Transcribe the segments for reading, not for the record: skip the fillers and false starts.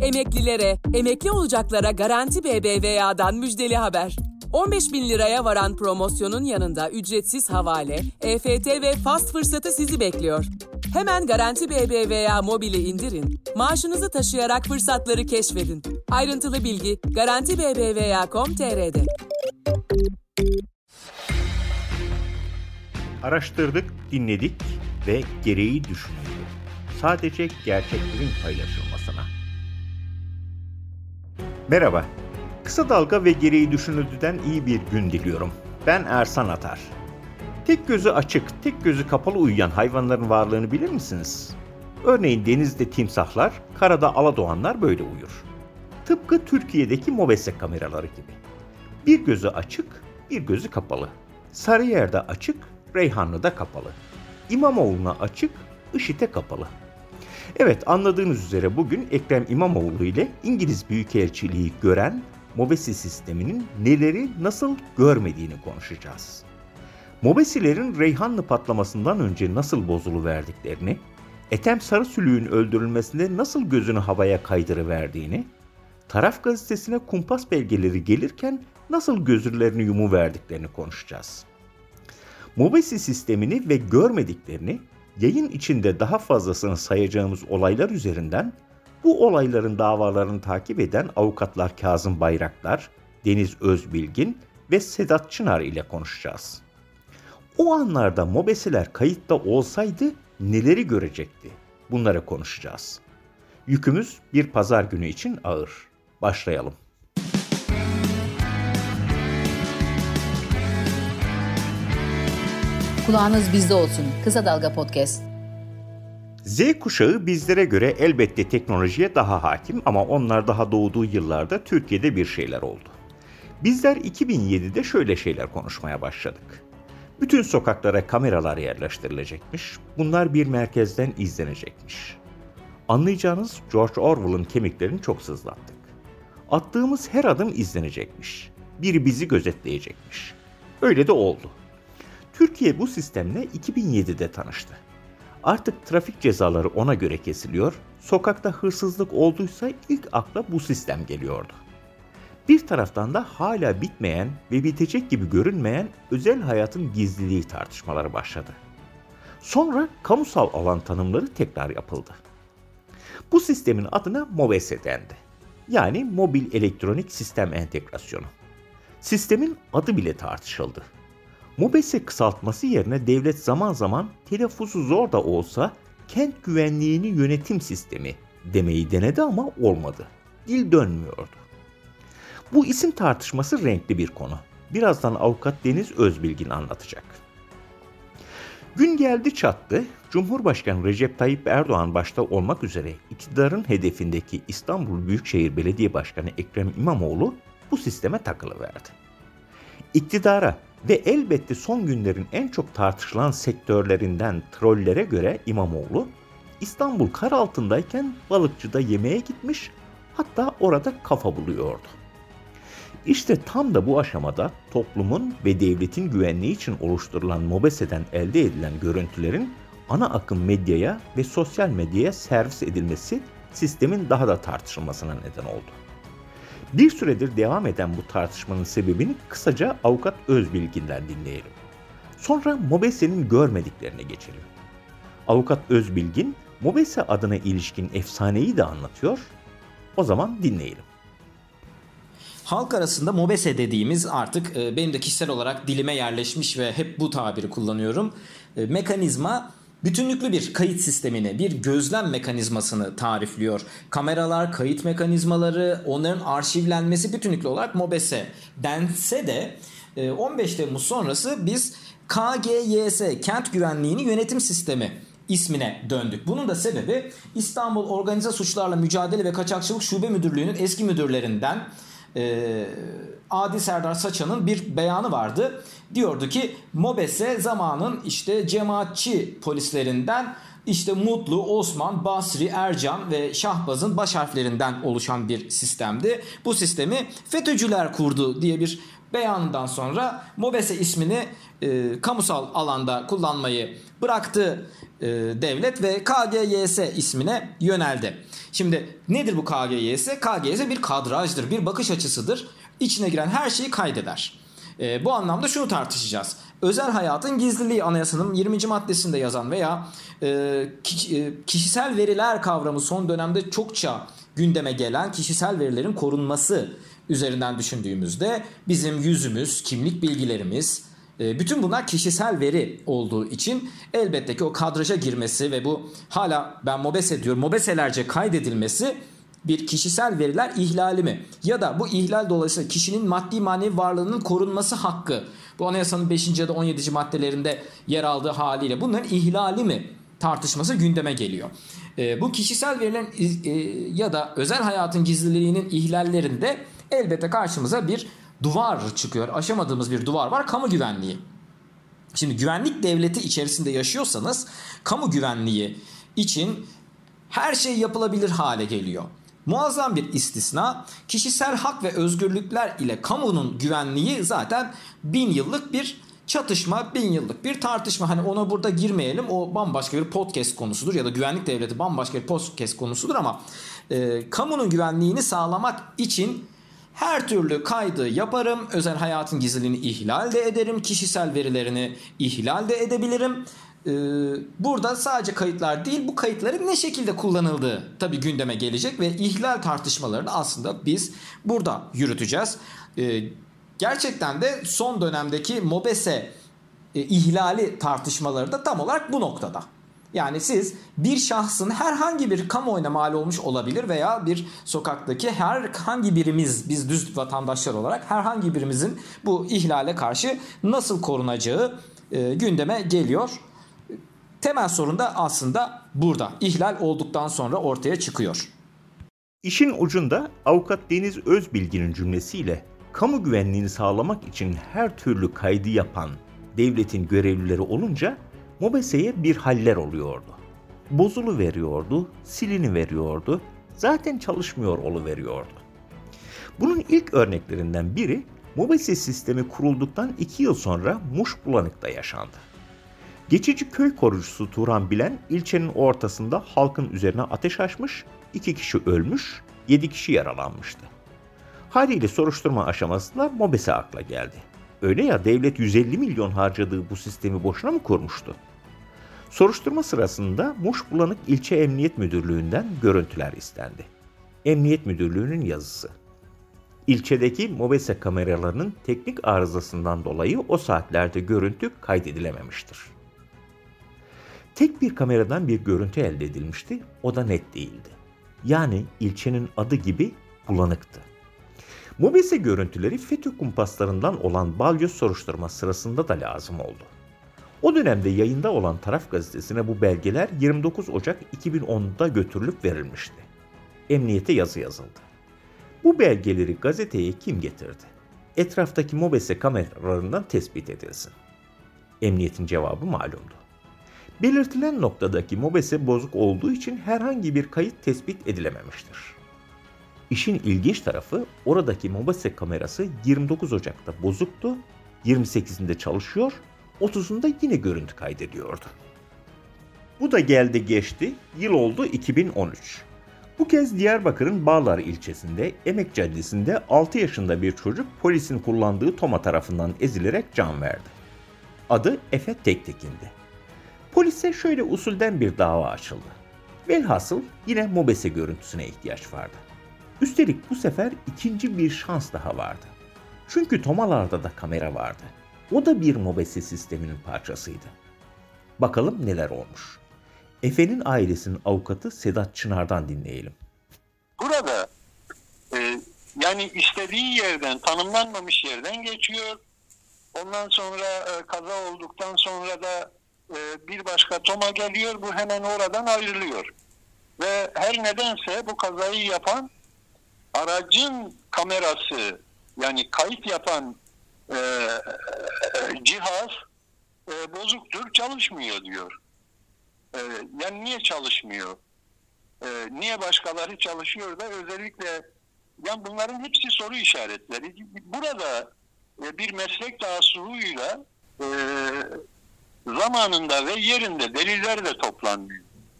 Emeklilere, emekli olacaklara Garanti BBVA'dan müjdeli haber. 15.000 liraya varan promosyonun yanında ücretsiz havale, EFT ve fast fırsatı sizi bekliyor. Hemen Garanti BBVA mobili indirin, maaşınızı taşıyarak fırsatları keşfedin. Ayrıntılı bilgi garantibbva.com.tr'de. Araştırdık, dinledik ve gereği düşünüldü. Sadece gerçeklerin paylaşılmasına. Merhaba, Kısa Dalga ve Gereği Düşünüldü'den iyi bir gün diliyorum. Ben Ersan Atar. Tek gözü açık, tek gözü kapalı uyuyan hayvanların varlığını bilir misiniz? Örneğin denizde timsahlar, karada aladoğanlar böyle uyur. Tıpkı Türkiye'deki MOBESE kameraları gibi. Bir gözü açık, bir gözü kapalı. Sarıyer'de açık, Reyhanlı'da kapalı. İmamoğlu'na açık, IŞİD'e kapalı. Evet, anladığınız üzere bugün Ekrem İmamoğlu ile İngiliz Büyükelçiliği gören MOBESE sisteminin neleri nasıl görmediğini konuşacağız. MOBESE'lerin Reyhanlı patlamasından önce nasıl bozuluverdiklerini, Ethem Sarısülük'ün öldürülmesinde nasıl gözünü havaya kaydırıverdiğini, Taraf gazetesine kumpas belgeleri gelirken nasıl gözlerini yumuverdiklerini konuşacağız. MOBESE sistemini ve görmediklerini, yayın içinde daha fazlasını sayacağımız olaylar üzerinden bu olayların davalarını takip eden avukatlar Kazım Bayraktar, Deniz Özbilgin ve Sedat Çınar ile konuşacağız. O anlarda MOBESE'ler kayıtta olsaydı neleri görecekti? Bunları konuşacağız. Yükümüz bir pazar günü için ağır. Başlayalım. Kulağınız bizde olsun. Kısa Dalga Podcast. Z kuşağı bizlere göre elbette teknolojiye daha hakim ama onlar daha doğduğu yıllarda Türkiye'de bir şeyler oldu. Bizler 2007'de şöyle şeyler konuşmaya başladık. Bütün sokaklara kameralar yerleştirilecekmiş, bunlar bir merkezden izlenecekmiş. Anlayacağınız George Orwell'ın kemiklerini çok sızlattık. Attığımız her adım izlenecekmiş, biri bizi gözetleyecekmiş. Öyle de oldu. Türkiye bu sistemle 2007'de tanıştı. Artık trafik cezaları ona göre kesiliyor, sokakta hırsızlık olduysa ilk akla bu sistem geliyordu. Bir taraftan da hala bitmeyen ve bitecek gibi görünmeyen özel hayatın gizliliği tartışmaları başladı. Sonra kamusal alan tanımları tekrar yapıldı. Bu sistemin adına MOBESE dendi. Yani Mobil Elektronik Sistem Entegrasyonu. Sistemin adı bile tartışıldı. MOBESE kısaltması yerine devlet zaman zaman telaffuzu zor da olsa kent güvenliğini yönetim sistemi demeyi denedi ama olmadı. Dil dönmüyordu. Bu isim tartışması renkli bir konu. Birazdan avukat Deniz Özbilgin anlatacak. Gün geldi çattı, Cumhurbaşkanı Recep Tayyip Erdoğan başta olmak üzere iktidarın hedefindeki İstanbul Büyükşehir Belediye Başkanı Ekrem İmamoğlu bu sisteme takılıverdi. İktidara ve elbette son günlerin en çok tartışılan sektörlerinden trollere göre İmamoğlu, İstanbul kar altındayken balıkçıda yemeğe gitmiş, hatta orada kafa buluyordu. İşte tam da bu aşamada toplumun ve devletin güvenliği için oluşturulan MOBESE'den elde edilen görüntülerin ana akım medyaya ve sosyal medyaya servis edilmesi sistemin daha da tartışılmasına neden oldu. Bir süredir devam eden bu tartışmanın sebebini kısaca avukat Özbilgin'den dinleyelim. Sonra MOBESE'nin görmediklerine geçelim. Avukat Özbilgin, MOBESE adına ilişkin efsaneyi de anlatıyor. O zaman dinleyelim. Halk arasında MOBESE dediğimiz artık benim de kişisel olarak dilime yerleşmiş ve hep bu tabiri kullanıyorum. Mekanizma bütünlüklü bir kayıt sistemini, bir gözlem mekanizmasını tarifliyor. Kameralar, kayıt mekanizmaları, onların arşivlenmesi bütünlüklü olarak MOBESE dense de 15 Temmuz sonrası biz KGYS, Kent Güvenliğini Yönetim Sistemi ismine döndük. Bunun da sebebi İstanbul Organize Suçlarla Mücadele ve Kaçakçılık Şube Müdürlüğü'nün eski müdürlerinden Adi Serdar Saçan'ın bir beyanı vardı. Diyordu ki MOBESE zamanın işte cemaatçi polislerinden işte Mutlu, Osman, Basri, Ercan ve Şahbaz'ın baş harflerinden oluşan bir sistemdi. Bu sistemi FETÖ'cüler kurdu diye bir beyanından sonra MOBESE ismini kamusal alanda kullanmayı bıraktı devlet ve KGYS ismine yöneldi. Şimdi nedir bu KGYS? KGYS bir kadrajdır, bir bakış açısıdır. İçine giren her şeyi kaydeder. Bu anlamda şunu tartışacağız. Özel hayatın gizliliği anayasanın 20. maddesinde yazan veya kişisel veriler kavramı son dönemde çokça gündeme gelen kişisel verilerin korunması üzerinden düşündüğümüzde bizim yüzümüz, kimlik bilgilerimiz, bütün bunlar kişisel veri olduğu için elbette ki o kadraja girmesi ve bu hala ben MOBESE diyorum, MOBESE'lerce kaydedilmesi bir kişisel veriler ihlali mi? Ya da bu ihlal dolayısıyla kişinin maddi manevi varlığının korunması hakkı, bu anayasanın 5. ya da 17. maddelerinde yer aldığı haliyle bunların ihlali mi tartışması gündeme geliyor. Bu kişisel verilerin ya da özel hayatın gizliliğinin ihlallerinde elbette karşımıza bir duvar çıkıyor. Aşamadığımız bir duvar var, kamu güvenliği. Şimdi güvenlik devleti içerisinde yaşıyorsanız kamu güvenliği için her şey yapılabilir hale geliyor. Muazzam bir istisna, kişisel hak ve özgürlükler ile kamunun güvenliği zaten 1000 yıllık bir çatışma, 1000 yıllık bir tartışma. Hani ona burada girmeyelim, o bambaşka bir podcast konusudur ya da güvenlik devleti bambaşka bir podcast konusudur ama kamunun güvenliğini sağlamak için her türlü kaydı yaparım, özel hayatın gizliliğini ihlal de ederim, kişisel verilerini ihlal de edebilirim. Burada sadece kayıtlar değil, bu kayıtların ne şekilde kullanıldığı tabii gündeme gelecek ve ihlal tartışmalarını aslında biz burada yürüteceğiz. Gerçekten de son dönemdeki MOBESE ihlali tartışmaları da tam olarak bu noktada. Yani siz bir şahsın herhangi bir kamuoyuna mal olmuş olabilir veya bir sokaktaki herhangi birimiz, biz düz vatandaşlar olarak herhangi birimizin bu ihlale karşı nasıl korunacağı gündeme geliyor. Temel sorun da aslında burada. İhlal olduktan sonra ortaya çıkıyor. İşin ucunda avukat Deniz Özbilgi'nin cümlesiyle kamu güvenliğini sağlamak için her türlü kaydı yapan devletin görevlileri olunca MOBESE'ye bir haller oluyordu. Bozulu veriyordu, silini veriyordu, zaten çalışmıyor oluveriyordu. Bunun ilk örneklerinden biri MOBESE sistemi kurulduktan 2 yıl sonra Muşbulanık'ta yaşandı. Geçici köy korucusu Turan Bilen ilçenin ortasında halkın üzerine ateş açmış, 2 kişi ölmüş, 7 kişi yaralanmıştı. Haliyle soruşturma aşamasında MOBESE akla geldi. Öyle ya, devlet 150 milyon harcadığı bu sistemi boşuna mı kurmuştu? Soruşturma sırasında Muşbulanık İlçe Emniyet Müdürlüğü'nden görüntüler istendi. Emniyet Müdürlüğü'nün yazısı. İlçedeki MOBESE kameralarının teknik arızasından dolayı o saatlerde görüntü kaydedilememiştir. Tek bir kameradan bir görüntü elde edilmişti, o da net değildi. Yani ilçenin adı gibi bulanıktı. MOBESE görüntüleri FETÖ kumpaslarından olan balyoz soruşturma sırasında da lazım oldu. O dönemde yayında olan Taraf Gazetesi'ne bu belgeler 29 Ocak 2010'da götürülüp verilmişti. Emniyete yazı yazıldı. Bu belgeleri gazeteye kim getirdi? Etraftaki MOBESE kameralarından tespit edilsin. Emniyetin cevabı malumdu. Belirtilen noktadaki MOBESE bozuk olduğu için herhangi bir kayıt tespit edilememiştir. İşin ilginç tarafı oradaki MOBESE kamerası 29 Ocak'ta bozuktu, 28'inde çalışıyor, 30'unda yine görüntü kaydediyordu. Bu da geldi geçti, yıl oldu 2013. Bu kez Diyarbakır'ın Bağlar ilçesinde Emek Caddesi'nde 6 yaşında bir çocuk polisin kullandığı toma tarafından ezilerek can verdi. Adı Efe Tektekin'di. Polise şöyle usulden bir dava açıldı. Velhasıl yine MOBESE görüntüsüne ihtiyaç vardı. Üstelik bu sefer ikinci bir şans daha vardı. Çünkü tomalarda da kamera vardı. O da bir MOBESE sisteminin parçasıydı. Bakalım neler olmuş. Efe'nin ailesinin avukatı Sedat Çınar'dan dinleyelim. Burada yani istediği yerden, tanımlanmamış yerden geçiyor. Ondan sonra kaza olduktan sonra da bir başka toma geliyor. Bu hemen oradan ayrılıyor. Ve her nedense bu kazayı yapan aracın kamerası, yani kayıt yapan cihaz bozuktur, çalışmıyor diyor. Yani niye çalışmıyor? Niye başkaları çalışıyor da özellikle, yani bunların hepsi soru işaretleri. Burada bir meslek tahsuluyla zamanında ve yerinde deliller de toplanmıyor.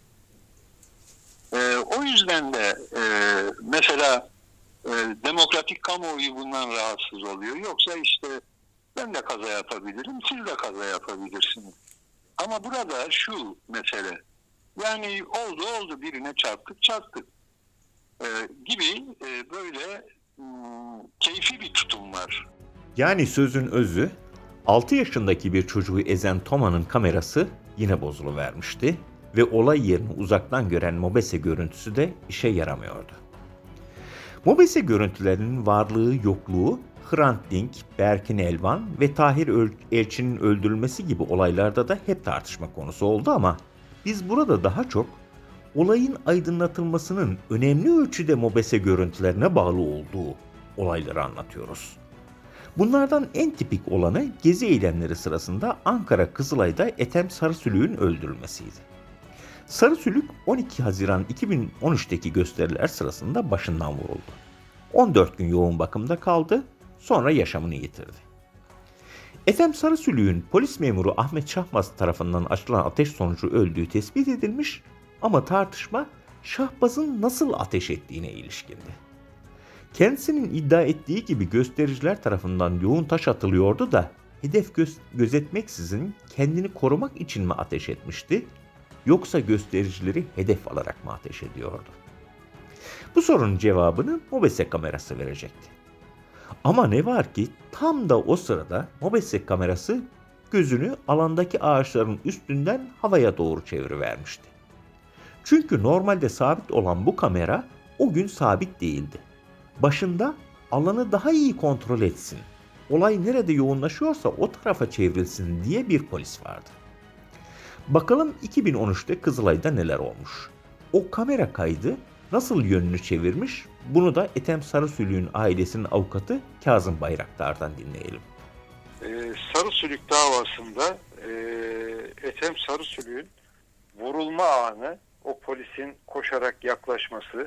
O yüzden de mesela demokratik kamuoyu bundan rahatsız oluyor. Yoksa işte ben de kaza yapabilirim, siz de kaza yapabilirsiniz. Ama burada şu mesele, yani oldu birine çarptık gibi böyle keyfi bir tutum var. Yani sözün özü, 6 yaşındaki bir çocuğu ezen Toma'nın kamerası yine bozuluvermişti ve olay yerini uzaktan gören MOBESE görüntüsü de işe yaramıyordu. MOBESE görüntülerinin varlığı yokluğu, Hrant Dink, Berkin Elvan ve Tahir Elçi'nin öldürülmesi gibi olaylarda da hep tartışma konusu oldu ama biz burada daha çok olayın aydınlatılmasının önemli ölçüde MOBESE görüntülerine bağlı olduğu olayları anlatıyoruz. Bunlardan en tipik olanı gezi eylemleri sırasında Ankara Kızılay'da Ethem Sarısülük'ün öldürülmesiydi. Sarısülük 12 Haziran 2013'teki gösteriler sırasında başından vuruldu. 14 gün yoğun bakımda kaldı, sonra yaşamını yitirdi. Ethem Sarısülük'ün polis memuru Ahmet Şahbaz tarafından açılan ateş sonucu öldüğü tespit edilmiş ama tartışma Şahbaz'ın nasıl ateş ettiğine ilişkindi. Kendisinin iddia ettiği gibi göstericiler tarafından yoğun taş atılıyordu da hedef gözetmeksizin kendini korumak için mi ateş etmişti, yoksa göstericileri hedef alarak mı ateş ediyordu? Bu sorunun cevabını MOBESE kamerası verecekti. Ama ne var ki tam da o sırada MOBESE kamerası gözünü alandaki ağaçların üstünden havaya doğru çevirivermişti. Çünkü normalde sabit olan bu kamera o gün sabit değildi. Başında alanı daha iyi kontrol etsin, olay nerede yoğunlaşıyorsa o tarafa çevrilsin diye bir polis vardı. Bakalım 2013'te Kızılay'da neler olmuş? O kamera kaydı nasıl yönünü çevirmiş? Bunu da Ethem Sarısülük'ün ailesinin avukatı Kazım Bayraktar'dan dinleyelim. Sarısülük davasında Ethem Sarısülük'ün vurulma anı, o polisin koşarak yaklaşması,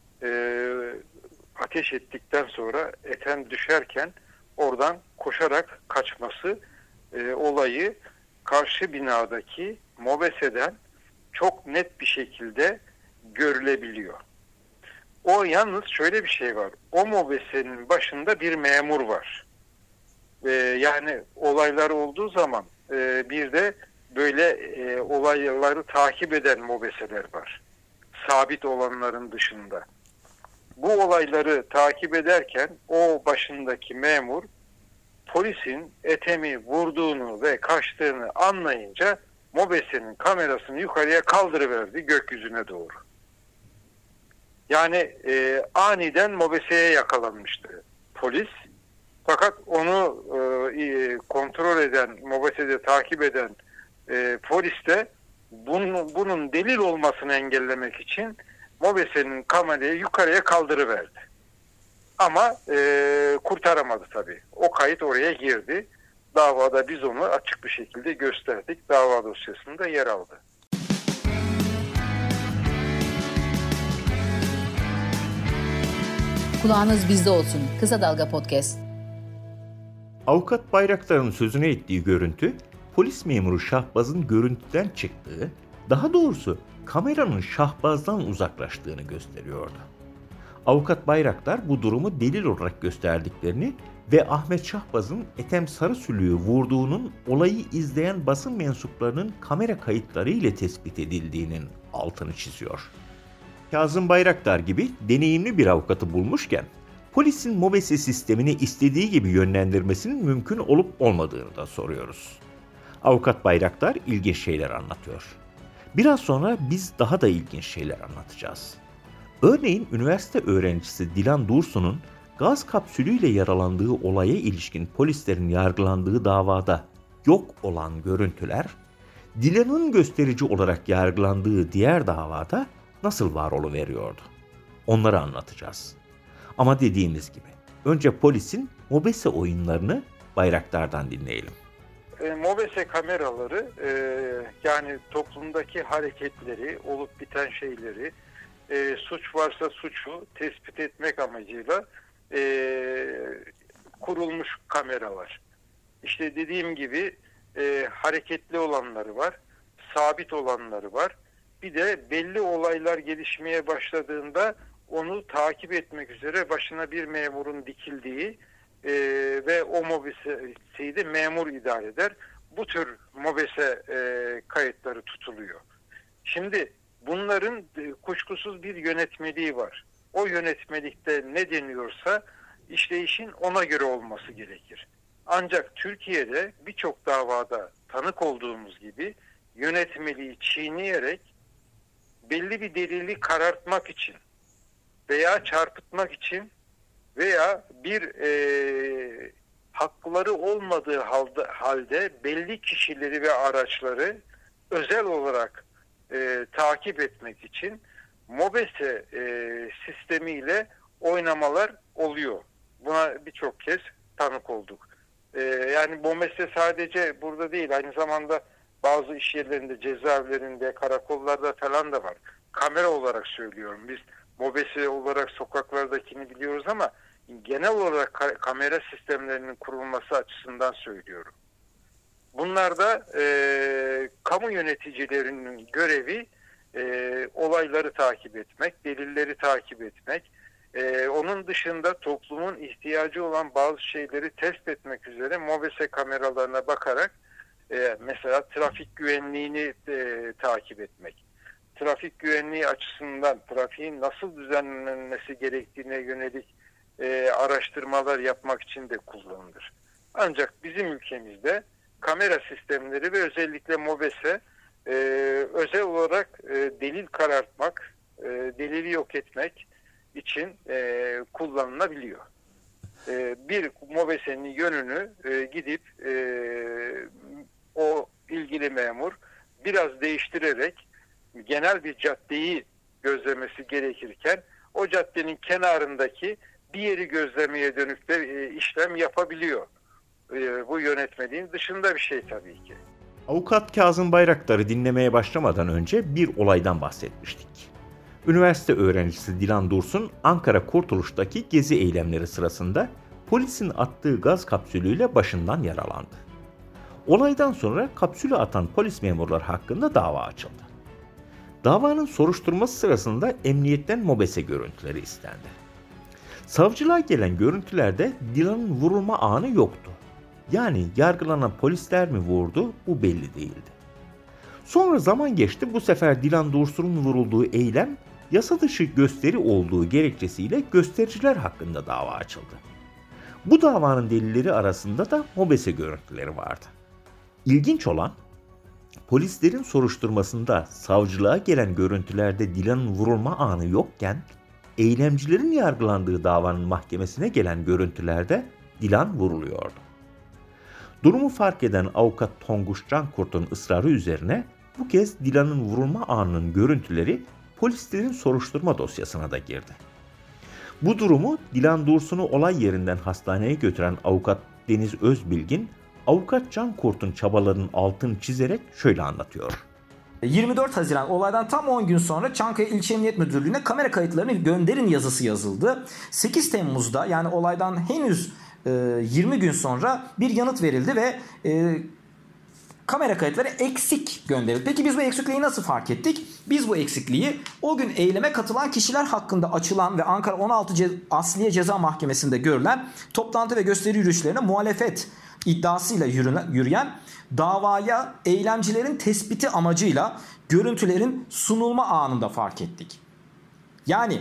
ateş ettikten sonra Ethem düşerken oradan koşarak kaçması olayı karşı binadaki MOBESE'den çok net bir şekilde görülebiliyor. O yalnız şöyle bir şey var. O MOBESE'nin başında bir memur var. Yani olaylar olduğu zaman bir de böyle olayları takip eden MOBESE'ler var. Sabit olanların dışında. Bu olayları takip ederken o başındaki memur polisin Ethem'i vurduğunu ve kaçtığını anlayınca MOBESE'nin kamerasını yukarıya kaldırıverdi gökyüzüne doğru. Yani aniden MOBESE'ye yakalanmıştı polis. Fakat onu kontrol eden, MOBESE'de takip eden polis de bunun delil olmasını engellemek için MOBESE'nin kamerayı yukarıya kaldırıverdi. Ama kurtaramadı tabii. O kayıt oraya girdi. Davada biz onu açık bir şekilde gösterdik. Dava dosyasında yer aldı. Kulağınız bizde olsun. Kısa Dalga Podcast. Avukat Bayraktar'ın sözüne ettiği görüntü, polis memuru Şahbaz'ın görüntüden çıktığı, daha doğrusu kameranın Şahbaz'dan uzaklaştığını gösteriyordu. Avukat Bayraktar bu durumu delil olarak gösterdiklerini ve Ahmet Şahbaz'ın Ethem Sarısülük'ü vurduğunun olayı izleyen basın mensuplarının kamera kayıtları ile tespit edildiğinin altını çiziyor. Kazım Bayraktar gibi deneyimli bir avukatı bulmuşken, polisin MOBESE sistemini istediği gibi yönlendirmesinin mümkün olup olmadığını da soruyoruz. Avukat Bayraktar ilginç şeyler anlatıyor. Biraz sonra biz daha da ilginç şeyler anlatacağız. Örneğin üniversite öğrencisi Dilan Dursun'un gaz kapsülüyle yaralandığı olaya ilişkin polislerin yargılandığı davada yok olan görüntüler, Dilan'ın gösterici olarak yargılandığı diğer davada nasıl var oluveriyordu? Onları anlatacağız. Ama dediğimiz gibi önce polisin MOBESE oyunlarını Bayraktar'dan dinleyelim. MOBESE kameraları yani toplumdaki hareketleri, olup biten şeyleri, suç varsa suçu tespit etmek amacıyla kurulmuş kameralar. İşte dediğim gibi hareketli olanları var, sabit olanları var. Bir de belli olaylar gelişmeye başladığında onu takip etmek üzere başına bir memurun dikildiği ve o mobeseyi de memur idare eder. Bu tür mobese kayıtları tutuluyor. Şimdi bunların kuşkusuz bir yönetmeliği var. O yönetmelikte ne deniyorsa işleyişin ona göre olması gerekir. Ancak Türkiye'de birçok davada tanık olduğumuz gibi yönetmeliği çiğneyerek belli bir delili karartmak için veya çarpıtmak için veya bir hakları olmadığı halde belli kişileri ve araçları özel olarak takip etmek için mobese sistemiyle oynamalar oluyor. Buna birçok kez tanık olduk. Yani mobese sadece burada değil, aynı zamanda bazı iş yerlerinde, cezaevlerinde, karakollarda falan da var. Kamera olarak söylüyorum. Biz mobese olarak sokaklardakini biliyoruz ama genel olarak kamera sistemlerinin kurulması açısından söylüyorum. Bunlar da kamu yöneticilerinin görevi olayları takip etmek, delilleri takip etmek. Onun dışında toplumun ihtiyacı olan bazı şeyleri test etmek üzere mobese kameralarına bakarak mesela trafik güvenliğini takip etmek. Trafik güvenliği açısından trafiğin nasıl düzenlenmesi gerektiğine yönelik araştırmalar yapmak için de kullanılır. Ancak bizim ülkemizde kamera sistemleri ve özellikle mobese özel olarak delil karartmak, delili yok etmek için kullanılabiliyor. Bir mobesenin yönünü gidip o ilgili memur biraz değiştirerek genel bir caddeyi gözlemesi gerekirken o caddenin kenarındaki bir yeri gözlemeye dönük de işlem yapabiliyor. Bu yönetmeliğin dışında bir şey tabii ki. Avukat Kazım Bayraktar'ı dinlemeye başlamadan önce bir olaydan bahsetmiştik. Üniversite öğrencisi Dilan Dursun, Ankara Kurtuluş'taki gezi eylemleri sırasında polisin attığı gaz kapsülüyle başından yaralandı. Olaydan sonra kapsülü atan polis memurları hakkında dava açıldı. Davanın soruşturması sırasında emniyetten mobese görüntüleri istendi. Savcılığa gelen görüntülerde Dilan'ın vurulma anı yoktu. Yani yargılanan polisler mi vurdu, bu belli değildi. Sonra zaman geçti, bu sefer Dilan Dursun'un vurulduğu eylem yasa dışı gösteri olduğu gerekçesiyle göstericiler hakkında dava açıldı. Bu davanın delilleri arasında da mobese görüntüleri vardı. İlginç olan, polislerin soruşturmasında savcılığa gelen görüntülerde Dilan'ın vurulma anı yokken, eylemcilerin yargılandığı davanın mahkemesine gelen görüntülerde Dilan vuruluyordu. Durumu fark eden avukat Tonguç Cankurt'un ısrarı üzerine bu kez Dilan'ın vurulma anının görüntüleri polislerin soruşturma dosyasına da girdi. Bu durumu Dilan Dursun'u olay yerinden hastaneye götüren avukat Deniz Özbilgin, avukat Cankurt'un çabalarının altını çizerek şöyle anlatıyor. 24 Haziran olaydan tam 10 gün sonra Çankaya İlçe Emniyet Müdürlüğü'ne kamera kayıtlarını gönderin yazısı yazıldı. 8 Temmuz'da yani olaydan henüz 20 gün sonra bir yanıt verildi ve kamera kayıtları eksik gönderildi. Peki biz bu eksikliği nasıl fark ettik? Biz bu eksikliği o gün eyleme katılan kişiler hakkında açılan ve Ankara 16 Asliye Ceza Mahkemesi'nde görülen toplantı ve gösteri yürüyüşlerine muhalefet iddiasıyla yürüyen davaya eylemcilerin tespiti amacıyla görüntülerin sunulma anında fark ettik. Yani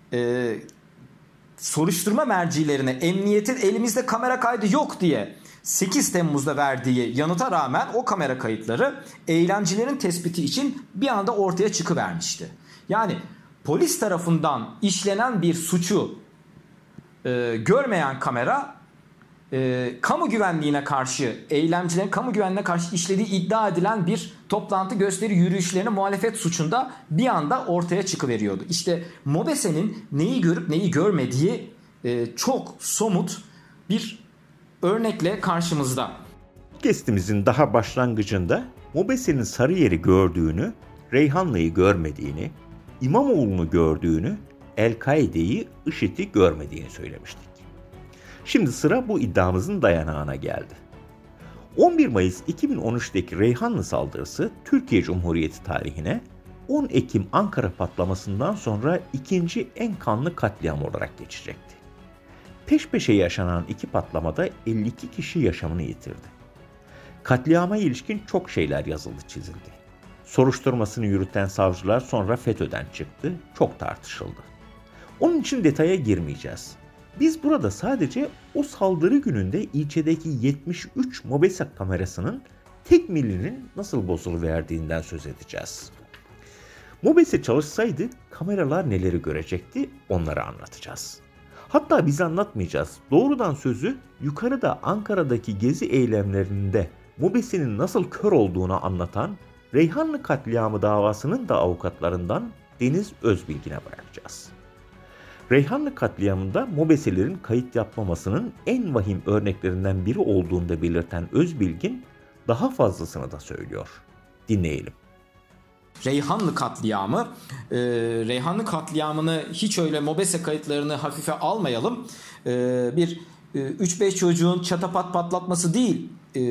soruşturma mercilerine emniyetin elimizde kamera kaydı yok diye 8 Temmuz'da verdiği yanıta rağmen o kamera kayıtları eylemcilerin tespiti için bir anda ortaya çıkıvermişti. Yani polis tarafından işlenen bir suçu görmeyen kamera kamu güvenliğine karşı, eylemcilerin kamu güvenliğine karşı işlediği iddia edilen bir toplantı, gösteri, yürüyüşlerine muhalefet suçunda bir anda ortaya çıkıveriyordu. İşte mobesenin neyi görüp neyi görmediği çok somut bir örnekle karşımızda. Podcast'imizin daha başlangıcında mobesenin Sarıyer'i gördüğünü, Reyhanlı'yı görmediğini, İmamoğlu'nu gördüğünü, El-Kaide'yi, IŞİD'i görmediğini söylemiştik. Şimdi sıra bu iddiamızın dayanağına geldi. 11 Mayıs 2013'teki Reyhanlı saldırısı Türkiye Cumhuriyeti tarihine 10 Ekim Ankara patlamasından sonra ikinci en kanlı katliam olarak geçecekti. Peş peşe yaşanan iki patlamada 52 kişi yaşamını yitirdi. Katliama ilişkin çok şeyler yazıldı, çizildi. Soruşturmasını yürüten savcılar sonra FETÖ'den çıktı, çok tartışıldı. Onun için detaya girmeyeceğiz. Biz burada sadece o saldırı gününde ilçedeki 73 MOBESE kamerasının tek milinin nasıl bozuluverdiğinden söz edeceğiz. MOBESE çalışsaydı kameralar neleri görecekti, onları anlatacağız. Hatta biz anlatmayacağız. Doğrudan sözü yukarıda Ankara'daki gezi eylemlerinde MOBESE'nin nasıl kör olduğunu anlatan Reyhanlı katliamı davasının da avukatlarından Deniz Özbilgin'e bırakacağız. Reyhanlı katliamında MOBESE'lerin kayıt yapmamasının en vahim örneklerinden biri olduğunu da belirten Özbilgin daha fazlasını da söylüyor. Dinleyelim. Reyhanlı katliamını hiç öyle MOBESE kayıtlarını hafife almayalım. Bir 3-5 çocuğun çatapat patlatması değil,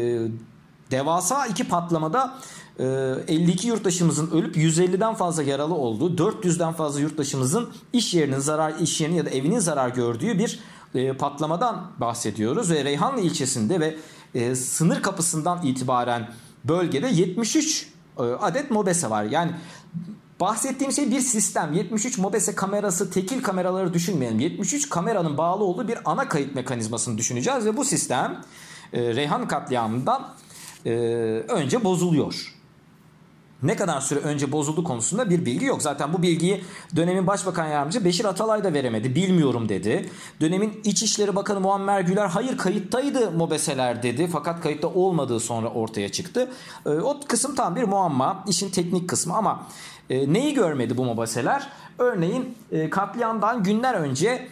devasa iki patlamada 52 yurttaşımızın ölüp 150'den fazla yaralı olduğu, 400'den fazla yurttaşımızın iş yerinin ya da evinin zarar gördüğü bir patlamadan bahsediyoruz. Ve Reyhanlı ilçesinde ve sınır kapısından itibaren bölgede 73 adet MOBESE var. Yani bahsettiğim şey bir sistem. 73 MOBESE kamerası, tekil kameraları düşünmeyelim. 73 kameranın bağlı olduğu bir ana kayıt mekanizmasını düşüneceğiz ve bu sistem Reyhan katliamından önce bozuluyor. Ne kadar süre önce bozuldu konusunda bir bilgi yok. Zaten bu bilgiyi dönemin Başbakan Yardımcısı Beşir Atalay da veremedi. Bilmiyorum dedi. Dönemin İçişleri Bakanı Muammer Güler hayır kayıttaydı MOBESE'ler dedi. Fakat kayıtta olmadığı sonra ortaya çıktı. O kısım tam bir muamma. İşin teknik kısmı ama neyi görmedi bu MOBESE'ler? Örneğin katliamdan günler önce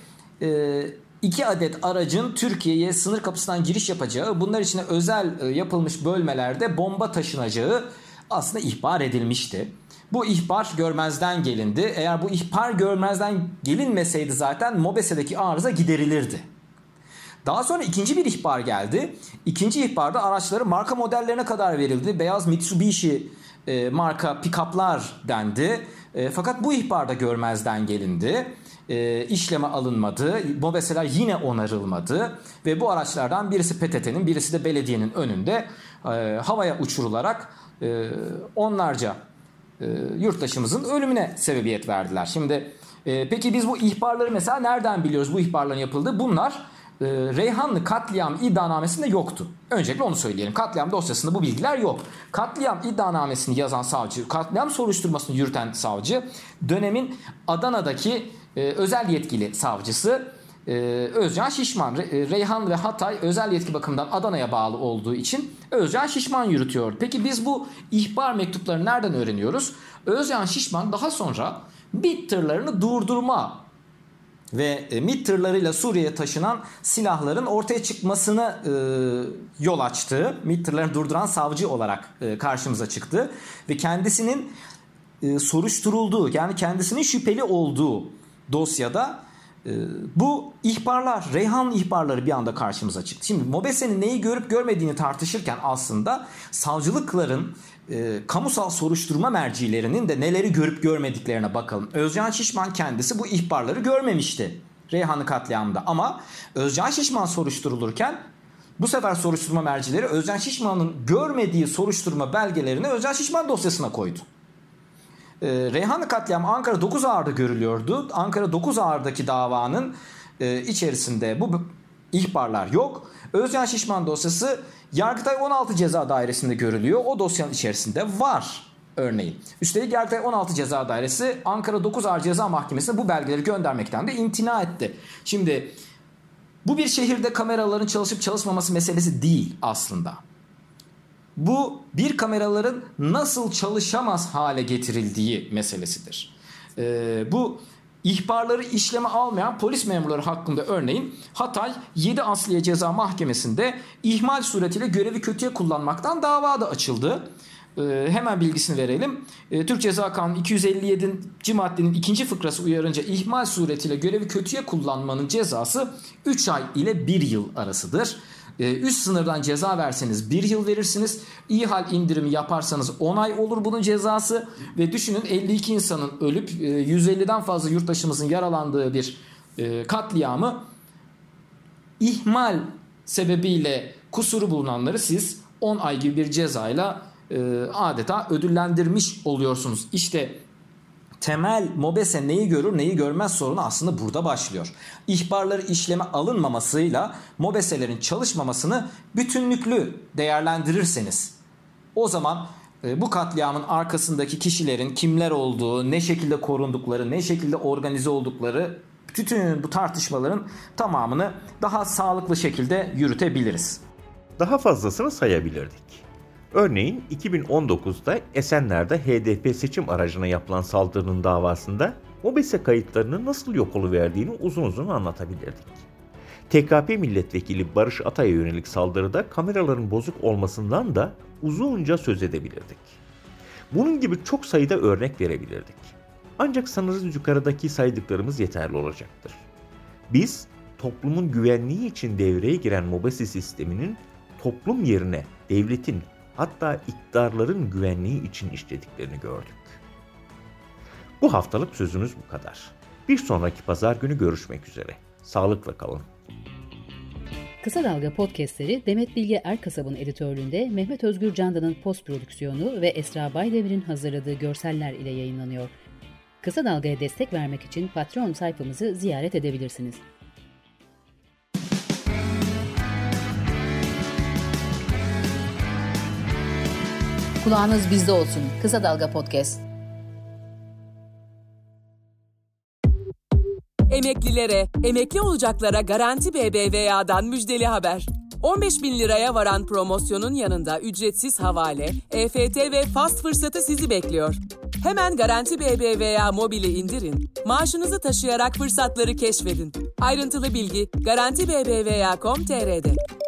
2 adet aracın Türkiye'ye sınır kapısından giriş yapacağı, bunlar için özel yapılmış bölmelerde bomba taşınacağı aslında ihbar edilmişti. Bu ihbar görmezden gelindi. Eğer bu ihbar görmezden gelinmeseydi zaten MOBESE'deki arıza giderilirdi. Daha sonra ikinci bir ihbar geldi. İkinci ihbarda araçların marka modellerine kadar verildi. Beyaz Mitsubishi marka pick-up'lar dendi. Fakat bu ihbarda görmezden gelindi. İşleme alınmadı. MOBESE'ler yine onarılmadı. Ve bu araçlardan birisi PTT'nin, birisi de belediyenin önünde havaya uçurularak onlarca yurttaşımızın ölümüne sebebiyet verdiler. Şimdi peki biz bu ihbarları mesela nereden biliyoruz bu ihbarların yapıldığı? Bunlar Reyhanlı katliam iddianamesinde yoktu. Öncelikle onu söyleyelim. Katliam dosyasında bu bilgiler yok. Katliam iddianamesini yazan savcı, katliam soruşturmasını yürüten savcı, dönemin Adana'daki özel yetkili savcısı Özcan Şişman. Reyhan ve Hatay özel yetki bakımından Adana'ya bağlı olduğu için Özcan Şişman yürütüyor. Peki biz bu ihbar mektuplarını nereden öğreniyoruz? Özcan Şişman daha sonra MİT tırlarını durdurma ve MİT tırlarıyla Suriye'ye taşınan silahların ortaya çıkmasını yol açtı. MİT tırlarını durduran savcı olarak karşımıza çıktı. Ve kendisinin soruşturulduğu, yani kendisinin şüpheli olduğu dosyada bu ihbarlar, Reyhan ihbarları bir anda karşımıza çıktı. Şimdi MOBESE'nin neyi görüp görmediğini tartışırken aslında savcılıkların, kamusal soruşturma mercilerinin de neleri görüp görmediklerine bakalım. Özcan Şişman kendisi bu ihbarları görmemişti Reyhanlı katliamında ama Özcan Şişman soruşturulurken bu sefer soruşturma mercileri Özcan Şişman'ın görmediği soruşturma belgelerini Özcan Şişman dosyasına koydu. Reyhanlı katliamı Ankara 9 Ağır'da görülüyordu. Ankara 9 Ağır'daki davanın içerisinde bu ihbarlar yok. Özcan Şişman dosyası Yargıtay 16 Ceza Dairesi'nde görülüyor. O dosyanın içerisinde var örneğin. Üstelik Yargıtay 16 Ceza Dairesi Ankara 9 Ağır Ceza Mahkemesi'ne bu belgeleri göndermekten de imtina etti. Şimdi bu bir şehirde kameraların çalışıp çalışmaması meselesi değil aslında. Bu bir kameraların nasıl çalışamaz hale getirildiği meselesidir. Bu ihbarları işleme almayan polis memurları hakkında örneğin Hatay 7 Asliye Ceza Mahkemesi'nde ihmal suretiyle görevi kötüye kullanmaktan dava da açıldı. Hemen bilgisini verelim. Türk Ceza Kanunu 257. maddenin 2. fıkrası uyarınca ihmal suretiyle görevi kötüye kullanmanın cezası 3 ay ile 1 yıl arasıdır. Üst sınırdan ceza verseniz 1 yıl verirsiniz. İhal indirimi yaparsanız 10 ay olur bunun cezası. Ve düşünün 52 insanın ölüp 150'den fazla yurttaşımızın yaralandığı bir katliamı ihmal sebebiyle kusuru bulunanları siz 10 ay gibi bir cezayla adeta ödüllendirmiş oluyorsunuz. İşte temel MOBESE neyi görür neyi görmez sorunu aslında burada başlıyor. İhbarları işleme alınmamasıyla MOBESE'lerin çalışmamasını bütünlüklü değerlendirirseniz o zaman bu katliamın arkasındaki kişilerin kimler olduğu, ne şekilde korundukları, ne şekilde organize oldukları, bütün bu tartışmaların tamamını daha sağlıklı şekilde yürütebiliriz. Daha fazlasını sayabilirdik. Örneğin 2019'da Esenler'de HDP seçim aracına yapılan saldırının davasında MOBESE kayıtlarının nasıl yok oluverdiğini uzun uzun anlatabilirdik. TKP milletvekili Barış Atay'a yönelik saldırıda kameraların bozuk olmasından da uzunca söz edebilirdik. Bunun gibi çok sayıda örnek verebilirdik. Ancak sanırız yukarıdaki saydıklarımız yeterli olacaktır. Biz toplumun güvenliği için devreye giren MOBESE sisteminin toplum yerine devletin, hatta iktidarların güvenliği için işlediklerini gördük. Bu haftalık sözümüz bu kadar. Bir sonraki pazar günü görüşmek üzere. Sağlıkla kalın. Kısa Dalga podcastleri Demet Bilge Erkasab'ın editörlüğünde Mehmet Özgür Candan'ın post prodüksiyonu ve Esra Baydemir'in hazırladığı görseller ile yayınlanıyor. Kısa Dalga'ya destek vermek için Patreon sayfamızı ziyaret edebilirsiniz. Kulağınız bizde olsun. Kısa Dalga Podcast. Emeklilere, emekli olacaklara Garanti BBVA'dan müjdeli haber. 15.000 liraya varan promosyonun yanında ücretsiz havale, EFT ve fast fırsatı sizi bekliyor. Hemen Garanti BBVA mobili indirin, maaşınızı taşıyarak fırsatları keşfedin. Ayrıntılı bilgi garantibbva.com.tr'de.